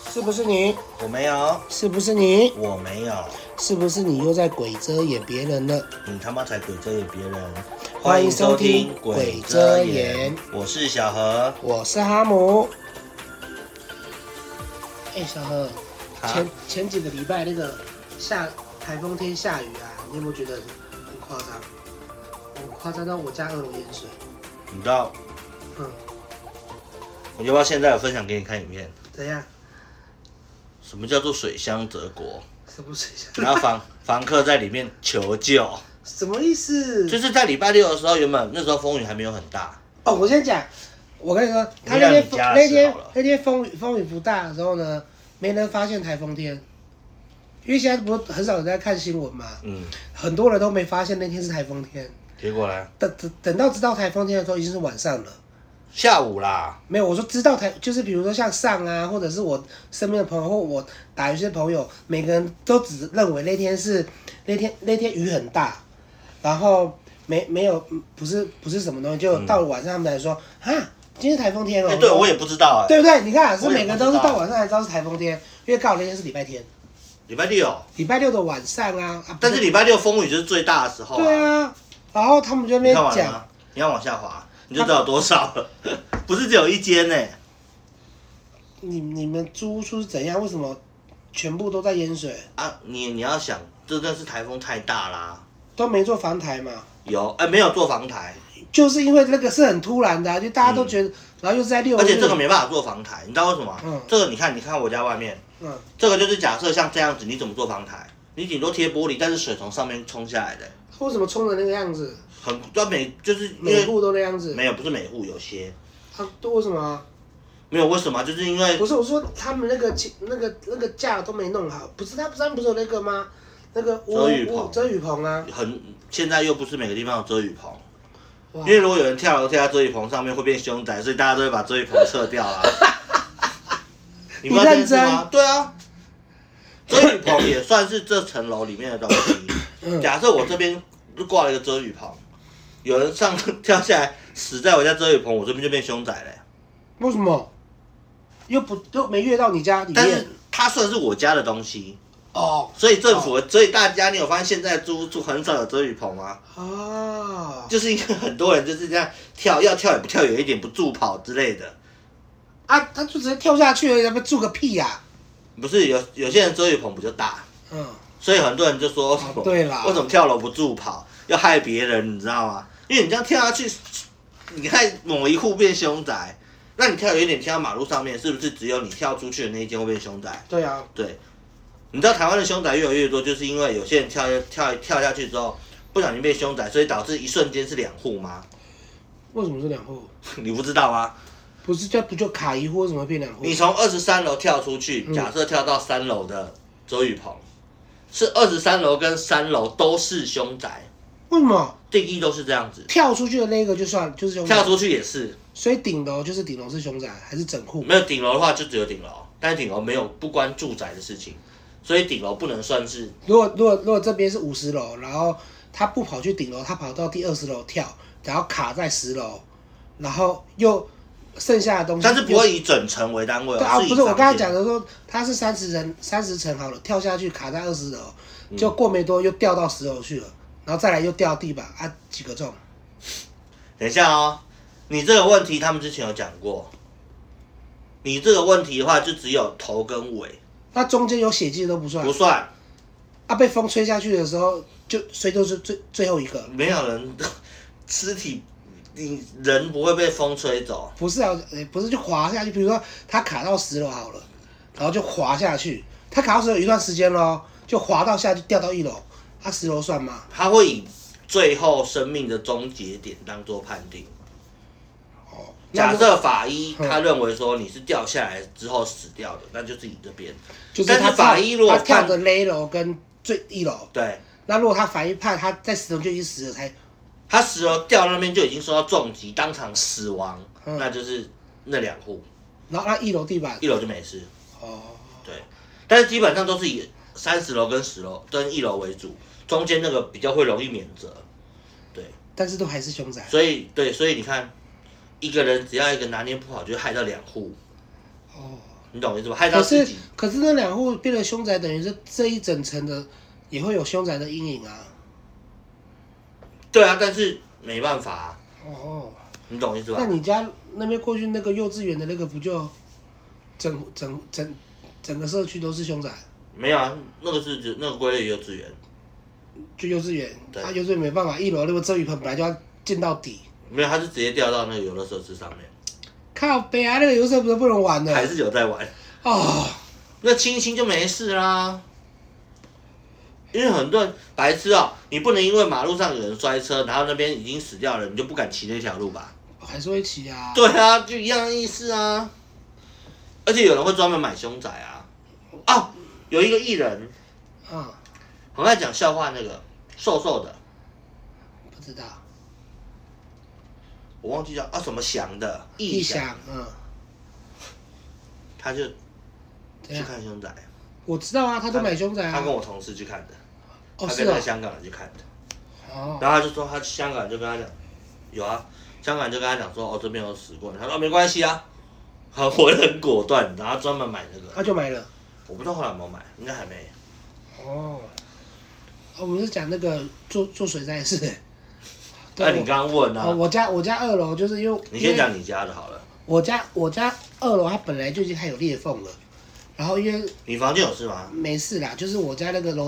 是不是你？ 我没有， 是不是你？ 我没有， 是不是你又在鬼遮掩别人了？ 你他妈才鬼遮眼别人！ 欢迎收听鬼遮眼， 我是小何， 我是哈姆。小何，前几个礼拜那个台风天下雨啊，你有没有觉得很夸张？很夸张到我家2楼淹水。 你知道？我要不要现在分享给你看影片？ 怎样？ 什么叫做水乡泽国？ 什么水乡？ 然后房客在里面求救。 什么意思？ 就是在礼拜六的时候，原本那时候风雨还没有很大。 哦，我先讲，我跟你说，他那天风雨不大的时候呢，没人发现台风天，因为现在不是很少人在看新闻嘛，很多人都没发现那天是台风天。 结果呢？ 等到知道台风天的时候，已经是晚上了。下午啦， 没有，我说知道就是比如说像上啊，或者是我身边的朋友，或我打游戏的朋友，每个人都只认为那天雨很大，然后没有不是什么东西，就到了晚上他们才说啊，今天台风天哦。 对我也不知道对不对？你看是每个人都是到晚上才知道是台风天，因为刚好那天是礼拜天。 礼拜六。礼拜六的晚上啊。 但是礼拜六风雨就是最大的时候。 对啊，然后他们就那边讲， 你要往下滑。你就知道有多少了，不是只有一间呢。 你们租屋处是怎样？为什么全部都在淹水啊？你要想，这真是台风太大啦。 都没做防台嘛？ 有，没有做防台。 就是因为那个是很突然的，就大家都觉得，然后又是在6月。 而且这个没办法做防台，你知道为什么吗？这个你看我家外面，这个就是假设像这样子，你怎么做防台？你顶多贴玻璃，但是水从上面冲下来的。 为什么冲的那个样子？ 很专门就是每户都那样子， 没有，不是每户，有些。 都为什么？ 没有为什么，就是因为不是我说他们那个架都没弄好，不是他们不是有那个吗？那个遮雨棚啊。 现在又不是每个地方有遮雨棚，因为如果有人跳楼跳在遮雨棚上面会变凶宅，所以大家都会把遮雨棚撤掉啦。 你认真吗？对啊，遮雨棚也算是这层楼里面的东西。假设我这边挂了一个遮雨棚。有人跳下来死在我家遮雨棚，我这边就变凶宅了。 为什么？又没越到你家里面。 但是它算是我家的东西哦， 所以政府，所以大家，你有发现现在住很少有遮雨棚吗？ 哦， 就是因为很多人就是这样跳，要跳也不跳远一点，不助跑之类的。 啊，他就直接跳下去了，要不住个屁呀！ 不是有些人遮雨棚比较大，所以很多人就说， 对啦， 为什么跳楼不助跑？要害别人，你知道吗？因为你这样跳下去，你害某一户变凶宅，那你跳远一点跳到马路上面，是不是只有你跳出去的那一间会变凶宅？ 对啊。对。 你知道台湾的凶宅越来越多，就是因为有些人跳下去之后，不小心变凶宅，所以导致一瞬间是2户吗？ 为什么是2户？ 你不知道吗？ 不就卡1户，为什么会变2户？ 你从23楼跳出去，假设跳到3楼的遮雨棚，是23楼跟3楼都是凶宅。 为什么？ 定义都是这样子。跳出去的那个就是凶宅。 跳出去也是。 所以顶楼是凶宅，还是整户？ 没有顶楼的话，就只有顶楼，但是顶楼没有不关住宅的事情，所以顶楼不能算是。 如果这边是50楼，然后他不跑去顶楼，他跑到第20楼跳，然后卡在10楼，然后又剩下的东西。 但是不会以整层为单位。 对啊，不是我刚才讲的说，他是30层好了，跳下去卡在20楼，就过没多又掉到10楼去了。然后再来又掉地板啊，几个重？ 等一下哦，你这个问题他们之前有讲过。你这个问题的话，就只有头跟尾。 那中间有血迹的都不算？ 不算。 啊，被风吹下去的时候，谁都是最后一个。 没有人尸体，你人不会被风吹走。 不是啊，不是就滑下去。比如说他卡到10楼好了，然后就滑下去。他卡到10楼有一段时间咯，就滑到下去掉到1楼。他10楼算吗？ 他会以最后生命的终结点当做判定。假设法医他认为说你是掉下来之后死掉的，那就是你这边。但是法医如果他跳的那楼跟最1楼， 对， 那如果他法医判他在10楼就已经死了才， 他10楼掉那边就已经受到重击，当场死亡，那就是那2户。 然后那1楼地板 ，1楼就没事。哦，对，但是基本上都是以30楼跟10楼跟1楼为主。中间那个比较会容易免责，对， 但是都还是凶宅。 所以你看，一个人只要一个拿捏不好，就会害到2户。哦， 你懂我意思吧？害到自己。 可是那2户变成凶宅，等于是这一整层的也会有凶宅的阴影啊。 对啊，但是没办法啊。 哦。 你懂我意思吧？ 那你家那边过去那个幼稚园的那个不就整个社区都是凶宅？ 没有啊，那个归类幼稚园。 就幼稚园，幼稚园没办法，1楼那个遮雨棚本来就要建到底。 没有，他是直接掉到那个游乐设施上面。 靠北啊，那个游乐设施不能玩的。 还是有在玩。 哦。 那亲一亲就没事啦。因为很多人白痴啊，你不能因为马路上有人摔车，然后那边已经死掉了，你就不敢骑那条路吧？ 还是会骑啊。 对啊，就一样的意思啊。而且有人会专门买凶宅啊。哦，有一个艺人，很爱讲笑话，那个瘦瘦的， 不知道， 我忘记叫什么祥的， 义祥， 他就去看凶宅。 我知道啊，他都买凶宅啊。 他跟我同事去看的，他跟那个香港人去看的。 哦。 然后他就说，香港人就跟他讲，有啊，香港人就跟他讲说，哦，这边有死过人。他说没关系啊，活得很果断，然后专门买那个。 他就买了。 我不知道后来有没有买，应该还没。 哦。我们是讲那个做水灾的事。 那你刚刚问啊？ 我家2楼就是因为。 你先讲你家的好了。 我家2楼它本来就已经还有裂缝了。然后因为你房间有事吗？ 没事啦，就是我家那个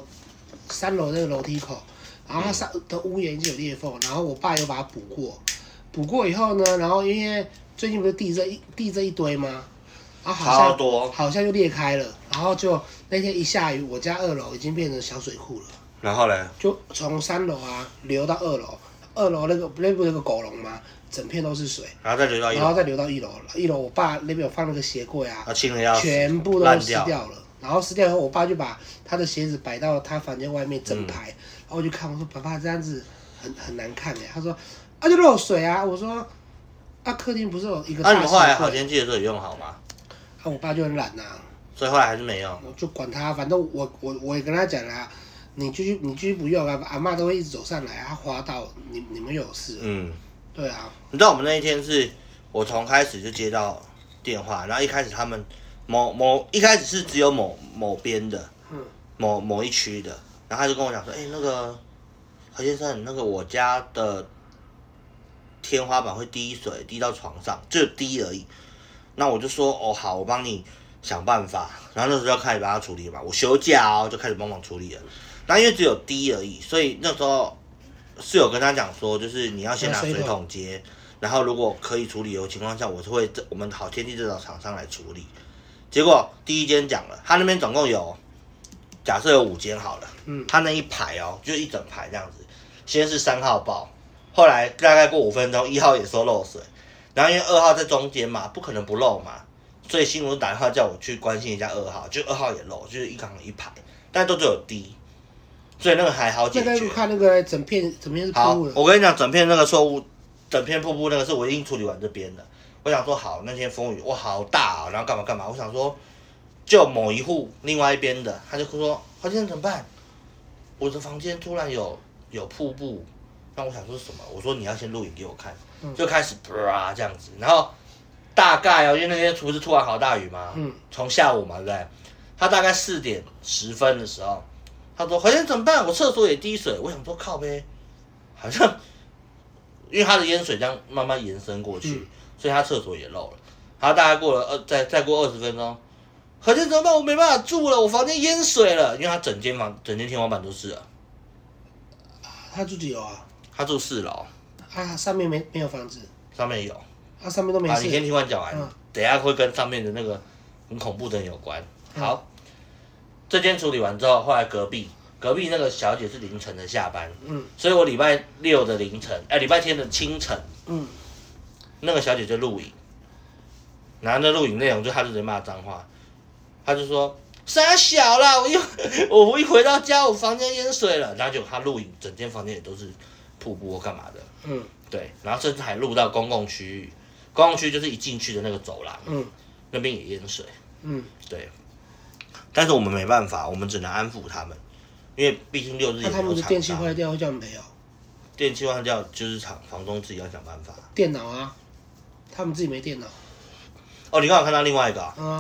3楼那个楼梯口，然后它上的屋檐已经有裂缝，然后我爸有把它补过以后呢，然后因为最近不是地震一堆吗？然后好像就裂开了，然后就那天一下雨，我家2楼已经变成小水库了。 然后呢？ 就从3楼啊流到2楼，2楼那个不是有个狗笼吗？整片都是水， 然后再流到1楼， 然后再流到1楼。1楼我爸那边有放那个鞋柜啊， 清了要全部都湿掉了。然后湿掉以后，我爸就把他的鞋子摆到他房间外面整排。然后我就看，我说爸爸这样子很难看哎。他说啊就漏水啊。我说啊客厅不是有一个大鞋柜？ 你们后来好天气的时候有用好吗？ 我爸就很懒呐， 所以后来还是没用。 我就管他，反正我也跟他讲啦，你继续不用啊，阿嬷都会一直走上来，他滑到你们有事。对啊。 你知道我们那一天是我从开始就接到电话，然后一开始他们一开始是只有某边的，某一区的，然后他就跟我讲说，那个何先生，那个我家的天花板会滴水，滴到床上，就滴而已。那我就说，哦好，我帮你想办法。然后那时候要开始帮他处理嘛，我休假就开始帮忙处理了。然后因为只有滴而已，所以那时候是有跟他讲说，就是你要先拿水桶接。然后如果可以处理的情况下，我们好天气这找厂商来处理。结果第一间讲了，他那边总共有假设有5间好了，他那一排就一整排这样子。先是3号报，后来大概过5分钟，1号也说漏水，然后因为2号在中间嘛，不可能不漏嘛，所以新闻打电话叫我去关心一下2号，就2号也漏，就是一缸一排，但都只有滴，所以那个还好解决。 那个看那个整片是瀑布的。 好，我跟你讲，整片那个错误。整片瀑布那个是我已经处理完这边的，我想说好，那天风雨哇好大然后干嘛，我想说就某一户另外一边的，他就说何先生怎么办？我的房间突然有瀑布，那我想说什么？我说你要先录影给我看，就开始啪这样子，然后大概因为那天不是突然好大雨吗？从下午嘛对不对？他大概4点10分的时候，他说何先生怎么办？我厕所也滴水，我想说靠呗，好像。因为它的淹水这样慢慢延伸过去，所以他厕所也漏了。他大概过了再过20分钟，何先生怎么办？我没办法住了，我房间淹水了。因为他整间天花板都是了。 他住几楼啊？ 他住4楼。 上面没有房子？ 上面有。 上面都没事。 你先听完讲完，等一下会跟上面的那个很恐怖的人有关。好，这间处理完之后，后来隔壁那个小姐是凌晨的下班，所以我礼拜6的凌晨，礼拜天的清晨，那个小姐就录影，然后那录影内容就她就直接骂脏话，她就说傻小啦，我一回到家，我房间淹水了，然后就她录影，整间房间也都是瀑布或干嘛的，对，然后甚至还录到公共区域，公共区就是一进去的那个走廊，那边也淹水，对，但是我们没办法，我们只能安抚他们。因为毕竟6日也没有厂商。 他们的电器坏掉会叫你赔哦。 电器坏掉就是房东自己要想办法。 电脑啊，他们自己没电脑。 哦，你刚好看到另外一个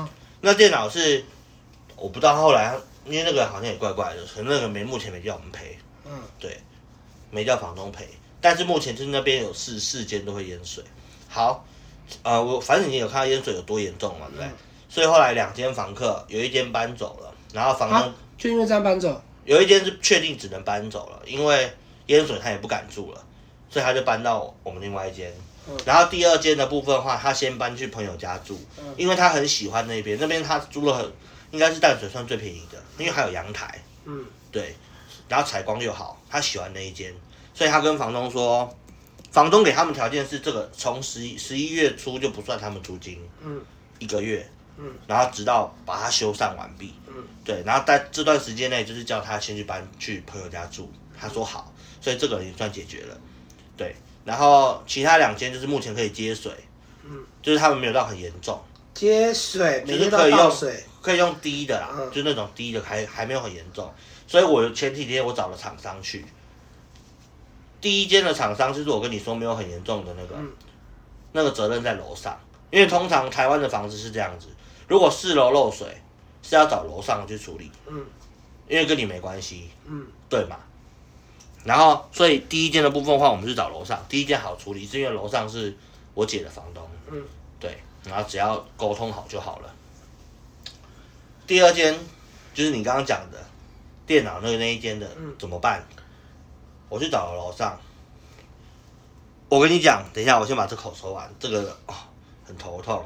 那电脑是我不知道后来，因为那个好像也怪怪的，可能那个目前没叫我们赔，对，没叫房东赔，但是目前就是那边有4间都会淹水。好，我反正你有看到淹水有多严重嘛，对不对？所以后来2间房客有1间搬走了，然后房东就因为这样搬走， 有1间是确定只能搬走了，因为淹水他也不敢住了，所以他就搬到我们另外1间。然后第2间的部分的话，他先搬去朋友家住，因为他很喜欢那边他租了应该是淡水算最便宜的，因为还有阳台，对，然后采光又好，他喜欢那一间，所以他跟房东说，房东给他们条件是这个从11月初就不算他们租金，1个月，然后直到把它修缮完毕，对，然后在这段时间内就是叫他先去搬去朋友家住，他说好，所以这个人也算解决了，对，然后其他2间就是目前可以接水，就是他们没有到很严重， 接水， 就是可以用低的啦，就是那种低的还没有很严重，所以我前几天我找了厂商去，第1间的厂商就是我跟你说没有很严重的那个责任在楼上，因为通常台湾的房子是这样子，如果4楼漏水是要找楼上去处理，因为跟你没关系，对嘛？然后所以第1间的部分的话，我们是找楼上，第1间好处理，是因为楼上是我姐的房东，对，然后只要沟通好就好了。第2间就是你刚刚讲的电脑那一间的怎么办？我去找了楼上，我跟你讲，等一下我先把这口抽完，这个很头痛。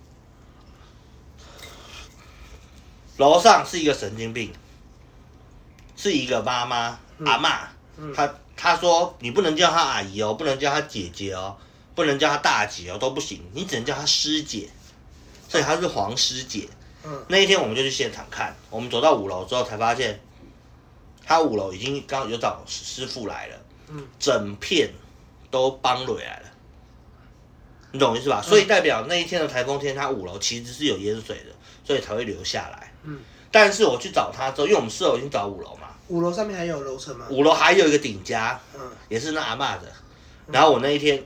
楼上是一个神经病，是一个妈妈阿嬷，她说你不能叫她阿姨哦，不能叫她姐姐哦，不能叫她大姐哦，都不行，你只能叫她师姐，所以她是黄师姐。那一天我们就去现场看，我们走到5楼之后才发现，他5楼已经刚有找师傅来了，整片都崩落来了，你懂我意思吧？所以代表那一天的台风天，他5楼其实是有淹水的，所以才会留下来。但是我去找他之后，因为我们4楼已经找5楼嘛 ，5楼上面还有楼层吗 ？5楼还有一个顶家，也是那阿嬷的。然后我那天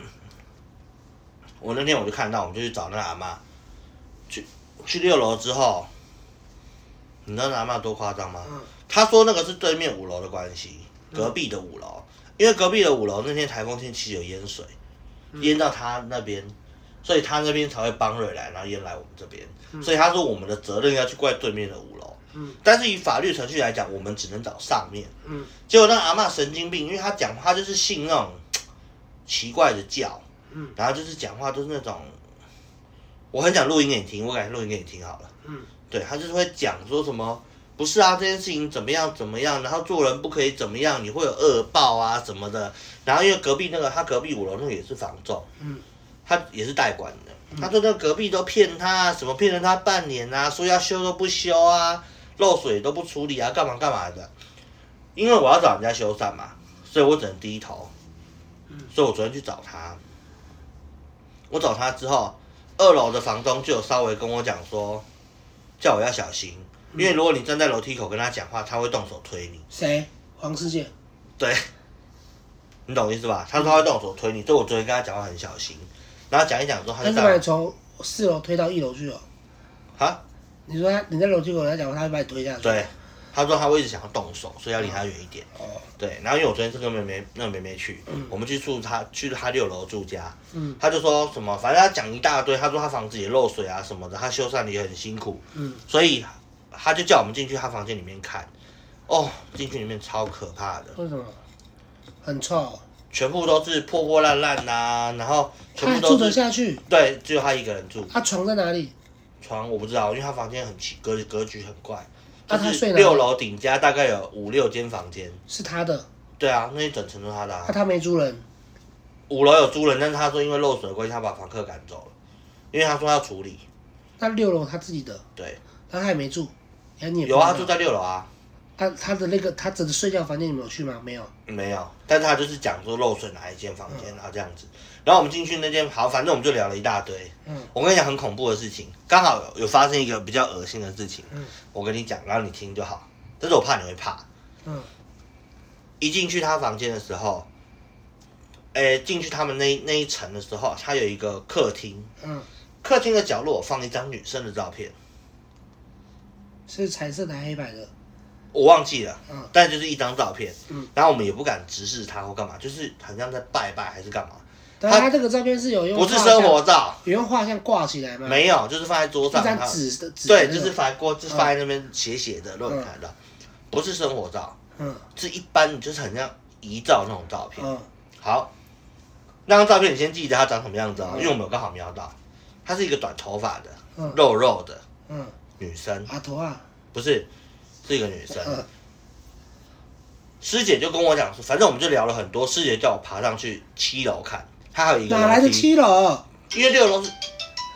我就看到，我们就去找那阿嬷，去6楼之后，你知道那阿嬷多夸张吗？他说那个是对面5楼的关系，隔壁的5楼，因为隔壁的5楼那天台风天其实有淹水，淹到他那边，所以他那边才会帮瑞来，然后淹来我们这边，所以他说我们的责任要去怪对面的5楼，但是以法律程序来讲，我们只能找上面，结果那阿嬷神经病，因为他讲话就是信那种奇怪的教，然后就是讲话都是那种，我很想录音给你听，我改天录音给你听好了，对，他就是会讲说什么。不是啊，这件事情怎么样，然后做人不可以怎么样，你会有恶报啊什么的。然后因为隔壁他隔壁5楼那个也是房仲，他也是代管的。他说那隔壁都骗他，什么骗了他半年啊，说要修都不修啊，漏水都不处理啊，干嘛的。因为我要找人家修缮嘛，所以我只能低头。所以我昨天去找他，我找他之后，2楼的房东就有稍微跟我讲说，叫我要小心。因为如果你站在楼梯口跟他讲话，他会动手推你。 谁？黄师姐。 对，你懂意思吧？他说他会动手推你，所以我昨天跟他讲话很小心。然后讲一讲之后，他就把你从4楼推到1楼去哦。 啊？ 你说你在楼梯口跟他讲话，他会把你推下去。 对，他说他会一直想要动手，所以要离他远一点。对，然后因为我昨天是跟那个妹妹去，我们去他6楼住家，他就说什么，反正他讲一大堆，他说他房子也漏水啊什么的，他修缮的也很辛苦，所以。他就叫我们进去他房间里面看，进去里面超可怕的。 为什么？很臭。 全部都是破破烂烂呐，然后全部都是。他住得下去？ 对，只有他一个人住。 他床在哪里？ 床我不知道，因为他房间很奇，格局很怪。 他睡哪里？ 6楼顶家大概有5、6间房间。 是他的。 对啊，那一整层都是他的。 他没租人。 5楼有租人，但是他说因为漏水的关系，他把房客赶走了，因为他说要处理。 那6楼他自己的。 对。 他还没住。 有啊，住在6楼啊。 他的那个他整个睡觉房间你们有去吗？没有。 没有，但是他就是讲说漏水哪一间房间，然后这样子。然后我们进去那间，好，反正我们就聊了一大堆。我跟你讲很恐怖的事情，刚好有发生一个比较恶心的事情。我跟你讲，然后你听就好。但是我怕你会怕。一进去他房间的时候，进去他们那一层的时候，他有一个客厅。客厅的角落放一张女生的照片。 是彩色的还是黑白的？ 我忘记了， 嗯但就是一张照片， 嗯然后我们也不敢直视他或干嘛，就是好像在拜拜还是干嘛， 但他这个照片是有用不是生活照， 有用画像挂起来吗？ 没有，就是放在桌上， 一张纸的纸。 对，就是放在那边斜斜的，让你看到，不是生活照，是一般就是很像遗照那种照片。好，那张照片你先记得它长什么样子哦，因为我们有刚好瞄到，她是一个短头发的，肉肉的，女生。 阿头啊？ 不是，是一个女生。师姐就跟我讲说，反正我们就聊了很多，师姐叫我爬上去7楼看，她还有一个哪来的7楼？ 因为6楼是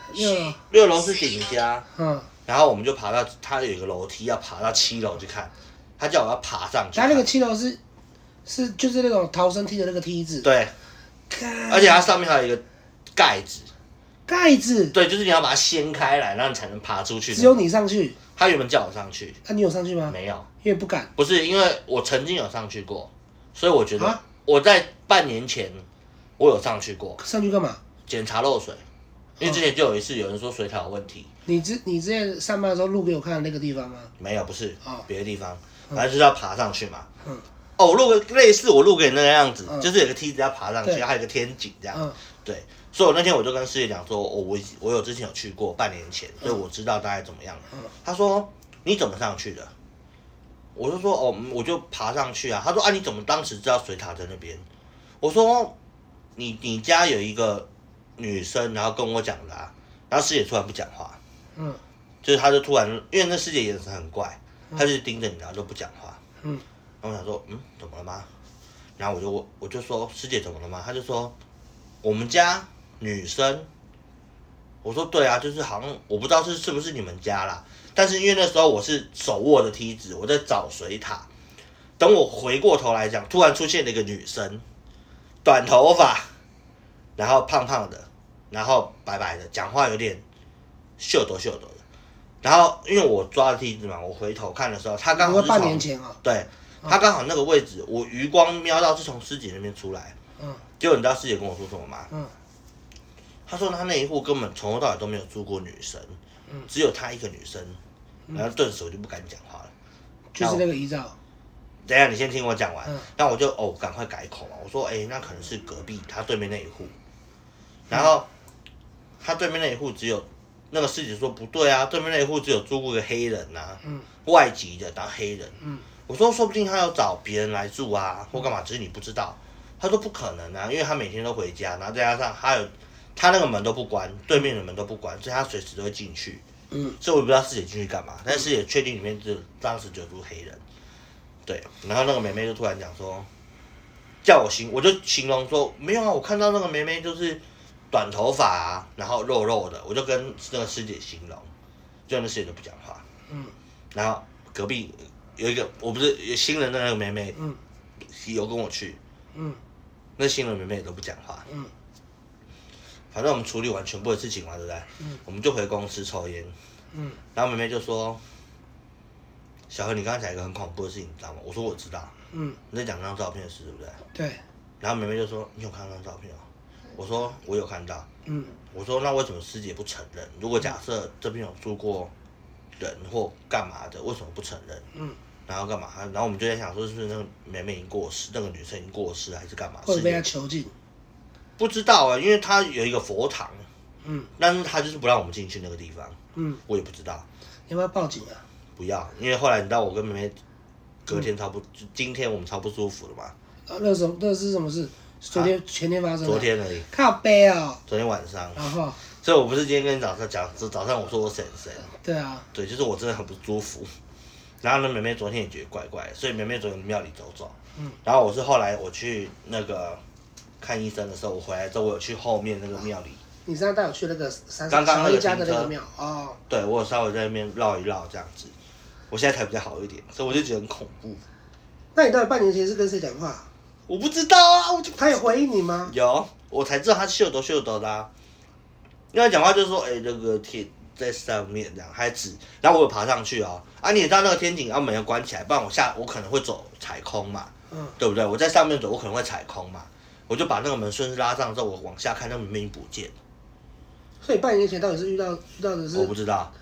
6楼是顶家，然后我们就爬到，她有一个楼梯要爬到7楼去看，她叫我要爬上去。 她那个7楼是就是那种逃生梯的那个梯子。 对，而且它上面还有一个盖子。 盖子？ 对，就是你要把它掀开来，然后你才能爬出去。 只有你上去？ 他原本叫我上去。 那你有上去吗？ 没有， 因为不敢。 不是，因为我曾经有上去过，所以我觉得我在半年前我有上去过。 上去干嘛？ 检查漏水，因为之前就有一次有人说水塔有问题。 你之前上班的时候录给我看的那个地方吗？ 没有，不是，别的地方，反正就是要爬上去嘛。我录个类似我录给你那个样子，就是有个梯子要爬上去，还有个天井这样。对，所以我那天我就跟师姐讲说，我有之前有去过，半年前，所以我知道大概怎么样。他说你怎么上去的？我就说我就爬上去啊。他说你怎么当时知道水塔在那边？我说你家有一个女生，然后跟我讲的啊。然后师姐突然不讲话，就是她就突然，因为那师姐眼神很怪，她就盯着你，然后就不讲话。然后我想说怎么了吗？然后我就说师姐怎么了吗？她就说我们家女生。我说对啊，就是好像我不知道是不是你们家啦，但是因为那时候我是手握着梯子，我在找水塔。等我回过头来讲，突然出现了一个女生，短头发，然后胖胖的，然后白白的，讲话有点秀抖秀抖的。然后因为我抓着梯子嘛，我回头看的时候，她刚好是半年前对，她刚好那个位置，我余光瞄到是从师姐那边出来。结果你知道师姐跟我说什么吗？她说她那一户根本从头到尾都没有住过女生，只有她一个女生。然后顿时我就不敢讲话了。 就是那个遗照。 等一下，你先听我讲完。然后我就赶快改口嘛，我说那可能是隔壁他对面那一户。然后他对面那一户只有那个师姐说不对啊，对面那一户只有住过个黑人啊，外籍的当黑人。我说说不定他要找别人来住啊，或干嘛，只是你不知道。他说不可能啊，因为他每天都回家，然后再加上他那个门都不关，对面的门都不关，所以他随时都会进去。所以我也不知道师姐进去干嘛，但是师姐确定里面当时就住黑人。对，然后那个妹妹就突然讲说，我就形容说没有啊，我看到那个妹妹就是短头发啊，然后肉肉的，我就跟那个师姐形容，就那师姐就不讲话。然后隔壁有一个我不是有新人的那个妹妹，有跟我去，那新人妹妹也都不讲话。反正我们处理完全部的事情嘛，对不对？我们就回公司抽烟。然后妹妹就说：“小何，你刚才讲一个很恐怖的事情，你知道吗？”我说：“我知道。”你在讲那张照片的事，对不对？ 对。 然后妹妹就说：“你有看到那张照片哦？”我说：“我有看到。”我说：“那为什么师姐不承认？如果假设这边有住过人或干嘛的，为什么不承认？”然后干嘛？然后我们就在想说，是不是那个妹妹已经过世，那个女生已经过世，还是干嘛？ 或者被她囚禁？ 不知道因为她有一个佛堂，但是她就是不让我们进去那个地方，我也不知道。 要不要报警啊？ 不要，因为后来你知道我跟妹妹隔天今天我们超不舒服了嘛。 那是什么事？前天发生的。 昨天而已。 靠背哦。 昨天晚上。 然后。 所以我不是今天跟你早上我说我神。 对啊。 对，就是我真的很不舒服。然后呢，妹妹昨天也觉得怪怪的，所以妹妹昨天庙里走走。然后后来我去那个看医生的时候，我回来之后我有去后面那个庙里。 你上次带我去那个刚刚那个家的那个庙哦。对， 我有稍微在那边绕一绕这样子，我现在才比较好一点，所以我就觉得很恐怖。 那你到底半年前是跟谁讲话？ 我不知道啊， 他有回应你吗？ 有，我才知道他秀抖的啊。因为他讲话就是说，那个铁在上面这样，还指，然后我有爬上去哦。你也知道那个天井要门要关起来，不然我可能会走踩空嘛，对不对？我在上面走，我可能会踩空嘛，我就把那个门顺势拉上之后，我往下看，那门已经不见了。 所以半年前到底是遇到的是？ 我不知道。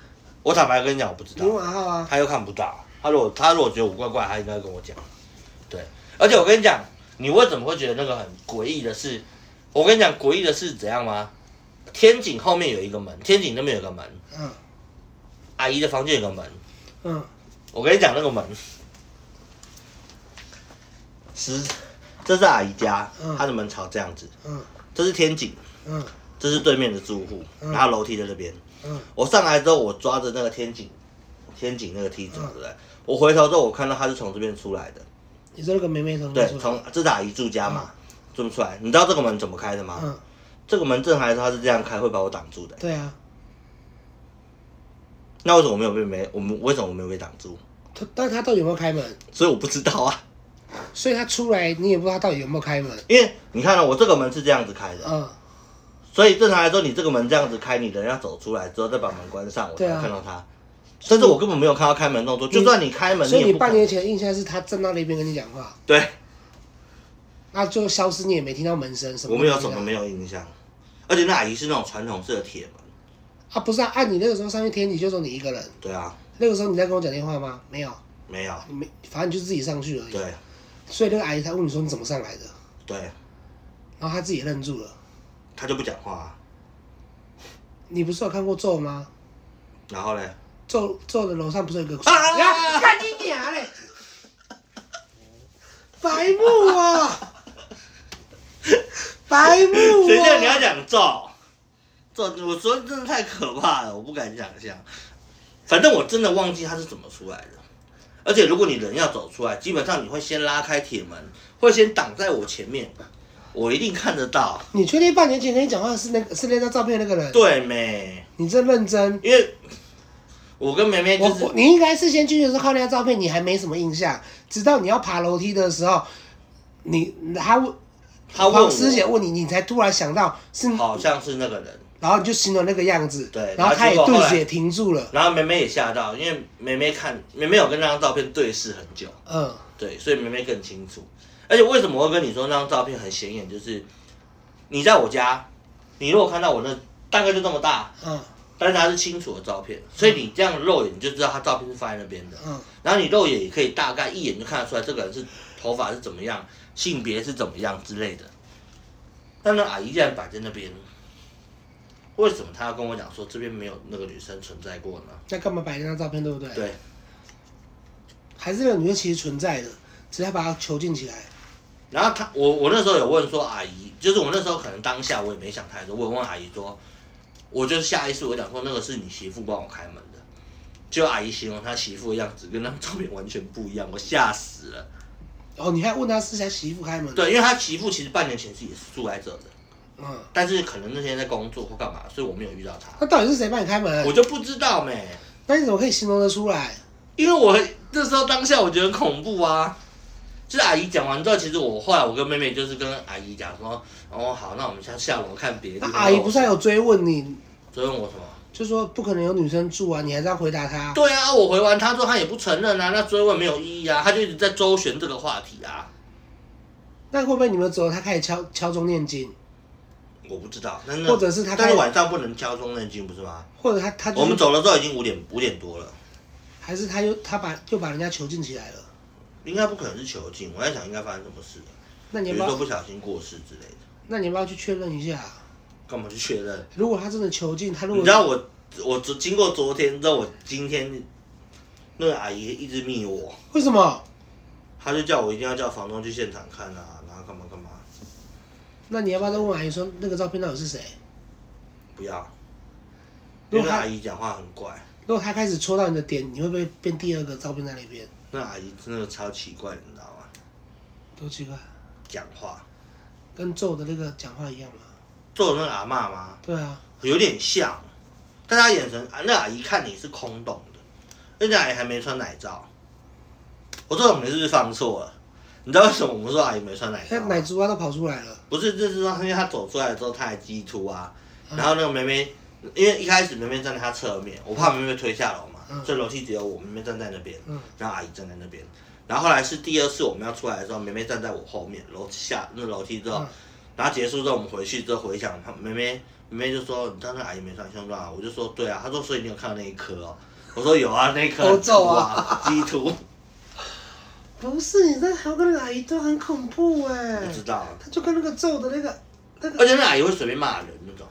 我坦白跟你讲，我不知道。 你问阿浩啊。 他又看不到。他如果觉得我怪怪，他应该跟我讲。对，而且我跟你讲，你为什么会觉得那个很诡异的是？我跟你讲，诡异的是怎样吗？天井后面有一个门，天井那边有个门。嗯。阿姨的房间有个门。嗯。我跟你讲那个门，这是阿姨家，她的门朝这样子。嗯。这是天井。嗯。这是对面的住户，然后楼梯在这边。嗯。我上来之后，我抓着那个天井那个梯子，对不对？我回头之后，我看到他是从这边出来的。 你说那个妹妹从这边出来？ 对，这是阿姨住家嘛，这么出来。你知道这个门怎么开的吗？嗯。这个门正常来说它是这样开，会把我挡住的。 对啊。 那为什么我没有为什么我没有被挡住？ 但他到底有没有开门？ 所以我不知道啊。 所以他出来，你也不知道他到底有没有开门。 因为你看我这个门是这样子开的。嗯。所以正常来说，你这个门这样子开，你人要走出来之后再把门关上，我才看到他。但是我根本没有看到开门动作，就算你开门， 所以你半年前的印象是他站到那边跟你讲话。 对。 那就消失，你也没听到门声什么？ 我没有什么没有印象，而且那阿姨是那种传统式的铁门。 啊，不是啊，按你那个时候上去天井就说你一个人。 对啊。 那个时候你在跟我讲电话吗？没有。 没有。 你没，反正你就自己上去而已。 对。 所以那个阿姨她问你说你怎么上来的？ 对。 然后她自己愣住了。 她就不讲话啊。 你不是有看过咒吗？ 然后嘞？ 咒的楼上不是有一个？啊！看你娘嘞！白目啊！白目啊！ 等一下你要讲咒，我说真的太可怕了，我不敢想象。反正我真的忘记他是怎么出来的。而且如果你人要走出来，基本上你会先拉开铁门，会先挡在我前面，我一定看得到。 你确定半年前跟你讲话是那张照片那个人？ 对没？ 你真认真？ 因为我跟妹妹就是， 你应该是先进去的时候看那张照片，你还没什么印象，直到你要爬楼梯的时候，他问黄师姐问你，你才突然想到是好像是那个人， 然后你就形容那个样子， 对， 然后他也顿时也停住了， 然后妹妹也吓到，因为妹妹有跟那张照片对视很久，嗯，对，所以妹妹更清楚。而且为什么我会跟你说那张照片很显眼，就是你在我家，你如果看到我那大概就这么大，嗯。但是它是清楚的照片，所以你这样肉眼你就知道他照片是放在那边的。嗯。然后你肉眼也可以大概一眼就看得出来这个人是头发是怎么样，性别是怎么样之类的。但那阿姨竟然摆在那边，为什么她要跟我讲说这边没有那个女生存在过呢？ 那干嘛摆那张照片，对不对？ 对。 还是那个女生其实存在的，只是她把她囚禁起来。 然后我那时候有问说阿姨，就是我那时候可能当下我也没想太多，我有问阿姨说。我就是下意识我讲说那个是你媳妇帮我开门的，就阿姨形容她媳妇的样子跟那张照片完全不一样，我吓死了。 哦，你还问他是他媳妇开门的？ 对，因为他媳妇其实半年前也是住在这的，嗯，但是可能那天在工作或干嘛，所以我没有遇到他。 那到底是谁帮你开门？ 我就不知道咩。 那你怎么可以形容得出来？ 因为我那时候当下我觉得很恐怖啊。就是阿姨讲完之后，其实后来我跟妹妹就是跟阿姨讲说，哦好，那我们下楼看别的地方。 那阿姨不是还有追问你？ 追问我什么？ 就说不可能有女生住啊，你还是要回答他。 对啊，我回完他之后，他也不承认啊，那追问没有意义啊，他就一直在周旋这个话题啊。 那会不会你们走，他开始敲钟念经？ 我不知道， 或者是他， 但是晚上不能敲钟念经不是吗？ 或者他我们走了之后已经5点多了。 还是他把人家囚禁起来了？ 应该不可能是囚禁，我在想应该发生什么事了。 那你比如说不小心过世之类的。 那你要不要去确认一下？ 干嘛去确认？ 如果他真的囚禁，他如果你知道我经过昨天之后，我今天那个阿姨一直密我。 为什么？ 他就叫我一定要叫房东去现场看啊，然后干嘛。 那你要不要再问阿姨说那个照片到底是谁？ 不要。因为阿姨讲话很怪。 如果他开始戳到你的点，你会不会变第二个照片在那边？ 那阿姨真的超奇怪，你知道吗？ 多奇怪。 讲话。 跟咒的那个讲话一样吗？ 咒的那个阿嬷吗？ 对啊。 有点像，但她眼神，那阿姨看你是空洞的，那阿姨还没穿奶罩。我说我们是不是放错了？你知道为什么我们说阿姨没穿奶罩？ 奶珠啊都跑出来了。 不是，就是说，因为她走出来之后，她还激突啊。然后那个妹妹，因为一开始妹妹站在她侧面，我怕妹妹推下楼嘛，所以楼梯只有我，妹妹站在那边，然后阿姨站在那边。然后后来是第二次我们要出来的时候，妹妹站在我后面，楼梯之后，然后结束之后我们回去之后回想，妹妹就说：“你知道那阿姨没穿胸罩啊？”我就说：“对啊。”她说：“所以你有看到那一颗哦？” 我说有啊，那颗欧洲啊， 鸡图。 不是，你那还有跟那个阿姨都很恐怖哎。 我知道。 他就跟那个咒的那个。 而且那阿姨会随便骂人那种。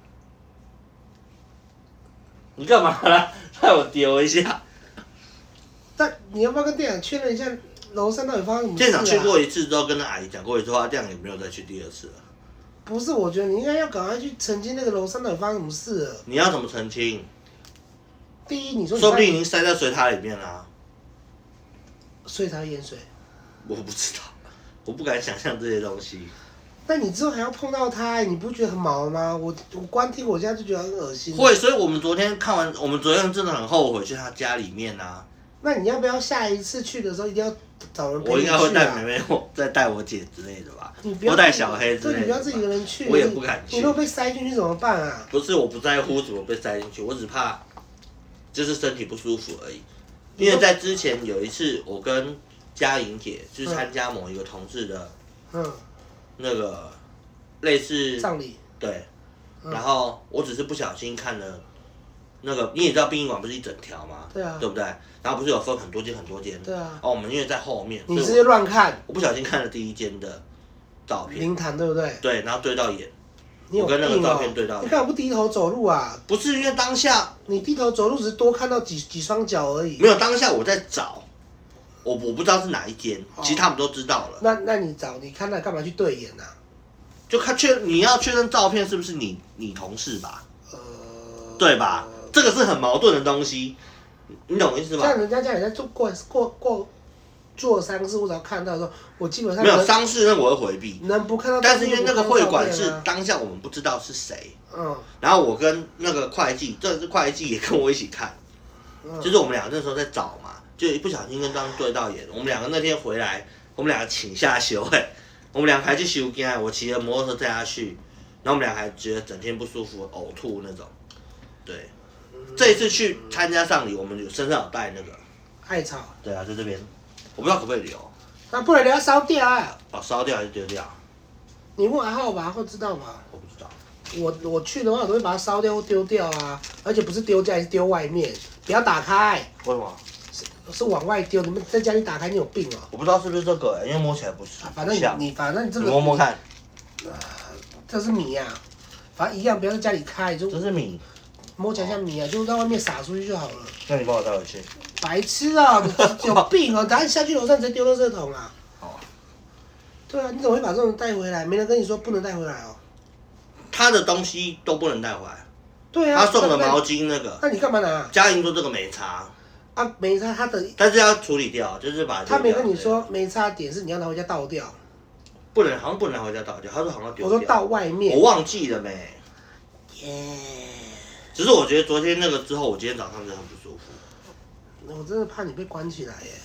你干嘛啦？害我丢一下。 但你要不要跟店长确认一下，楼上到底发生什么事啊？ 店长去过一次之后，跟那阿姨讲过一次话，店长也没有再去第二次了。 不是，我觉得你应该要赶快去澄清那个楼上到底发生什么事了。 你要怎么澄清？ 第一，你说说不定已经塞在水塔里面啦。 所以才会淹水。 我不知道，我不敢想象这些东西。 那你之后还要碰到他，你不觉得很毛吗？我光听我现在就觉得很恶心。 会，所以我们昨天看完，我们昨天真的很后悔去他家里面啊。 那你要不要下一次去的时候一定要找人陪你去啊？ 我应该会带妹妹，再带我姐之类的吧。 你不要带小黑之类的。 对，你不要自己一个人去。 我也不敢去。 你如果被塞进去怎么办啊？ 不是，我不在乎怎么被塞进去，我只怕就是身体不舒服而已。因为在之前有一次，我跟嘉颖姐去参加某一个同事的，那个类似葬礼， 对，然后我只是不小心看了那个，你也知道殡仪馆不是一整条吗？ 对啊， 对不对？然后不是有分很多间很多间？ 对啊。 哦，我们因为在后面， 你直接乱看， 我不小心看了第一间的照片， 灵堂对不对？ 对，然后对到眼， 我跟那个照片对到眼。 你干嘛不低头走路啊？ 不是因为当下你低头走路只是多看到几双脚而已。 没有，当下我在找。我不知道是哪一间，其实他们都知道了。 那你找你看那干嘛去对眼啊？ 就你要确认照片是不是你同事吧？对吧？这个是很矛盾的东西，你懂我意思吧？ 像人家家里在做丧事，我只要看到的时候，我基本上没有丧事，那我会回避。 能不看到？ 但是因为那个会馆是当下我们不知道是谁，然后我跟那个会计，这是会计也跟我一起看，就是我们两个那时候在找嘛。就一不小心跟对方对到眼，我们两个那天回来，我们两个请下休我们两个还去休假，我骑着摩托车带他去，然后我们俩还觉得整天不舒服，呕吐那种。对，这一次去参加丧礼，我们身上有带那个艾草。 对啊，在这边，我不知道可不可以留。 那不能留，要烧掉啊！ 哦，烧掉还是丢掉？ 你问阿浩吧，会知道吧？ 我不知道。 我去的话，我都会把它烧掉或丢掉啊，而且不是丢家里，是丢外面，不要打开。 为什么？ 是往外丢，你们在家里打开，你有病哦！ 我不知道是不是这个，因为摸起来不是。 反正反正这个。 你摸摸看。 这是米啊，反正一样，不要在家里开。 这是米。 摸起来像米啊，就在外面撒出去就好了。 那你帮我带回去。 白痴啊！你有病哦！等下下去楼上直接丢垃圾桶啊！ 好。 对啊，你怎么会把这种带回来？没人跟你说不能带回来哦。 他的东西都不能带回来。 对啊。 他送的毛巾那个。 那你干嘛拿？ 嘉莹说这个没擦。 啊，没擦他的， 但是要处理掉，就是把他没跟你说没擦点是你要拿回家倒掉， 不能，好像不能拿回家倒掉，他说好像丢掉。 我说倒外面， 我忘记了没？ 耶。 只是我觉得昨天那个之后，我今天早上真的很不舒服。 我真的怕你被关起来耶。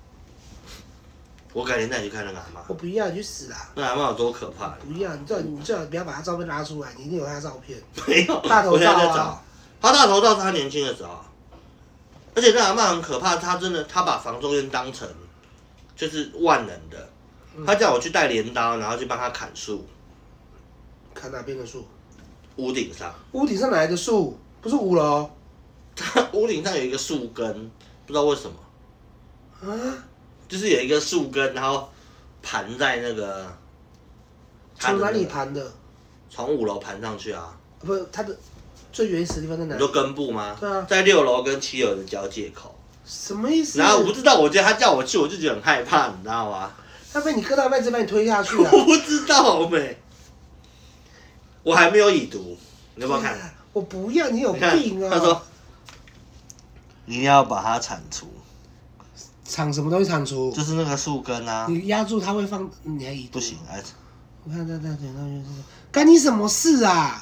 我改天带你去看那个阿嬷。 我不要，你去死啦！ 那阿嬷有多可怕？ 不要，你最好不要把他照片拉出来，你一定有他的照片。 没有， 大头照啊。 他大头照是他年轻的时候。而且那阿嬷很可怕，她真的，她把房中院当成就是万能的。她叫我去带镰刀，然后去帮她砍树。 砍哪边的树？ 屋顶上。 屋顶上哪来的树？不是5楼。 她屋顶上有一个树根，不知道为什么。啊？就是有一个树根，然后盘在那个。 从哪里盘的？ 从5楼盘上去啊。 不是，它的。最原始的地方在哪里？ 你说根部吗？ 对啊， 在6楼跟7楼的交界口。 什么意思？ 然后我不知道，我觉得他叫我去，我就觉得很害怕，你知道吗？ 他被你割到半直把你推下去啊！ 我不知道没，我还没有已读，你要不要看？ 我不要，你有病啊！ 他说，你一定要把它铲除。 铲什么东西铲除？ 就是那个树根啊。 你压住它会放，你还已读？ 不行，哎。 我看这点到就是，干你什么事啊？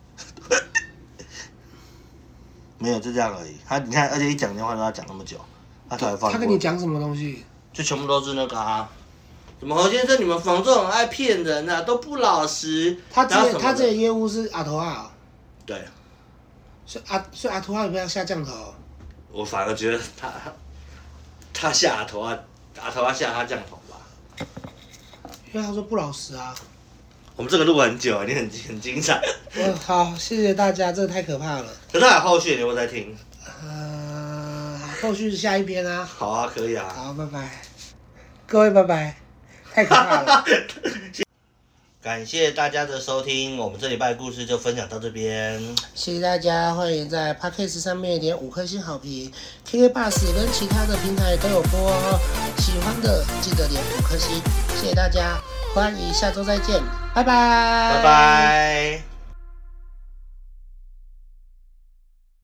没有，就这样而已。你看，而且一讲电话都要讲那么久，他才放。 他跟你讲什么东西？ 就全部都是那个啊，什么何先生，你们房仲很爱骗人啊，都不老实。 他这个业务是阿头啊。 对。 所以阿头啊有没有下降头？ 我反而觉得他下阿头啊下他降头吧。 因为他说不老实啊。 我们这个录很久，你很精彩。 好，谢谢大家，这太可怕了。 可是还有后续，你有没有在听？ 后续下一篇啊。 好啊，可以啊。 好，拜拜，各位拜拜，太可怕了。 感谢大家的收听，我们这礼拜的故事就分享到这边。 谢谢大家，欢迎在 Podcast 上面点5颗星好评 ，KK Bus 跟其他的平台都有播哦。喜欢的记得点5颗星，谢谢大家，欢迎下周再见，拜拜， 拜拜。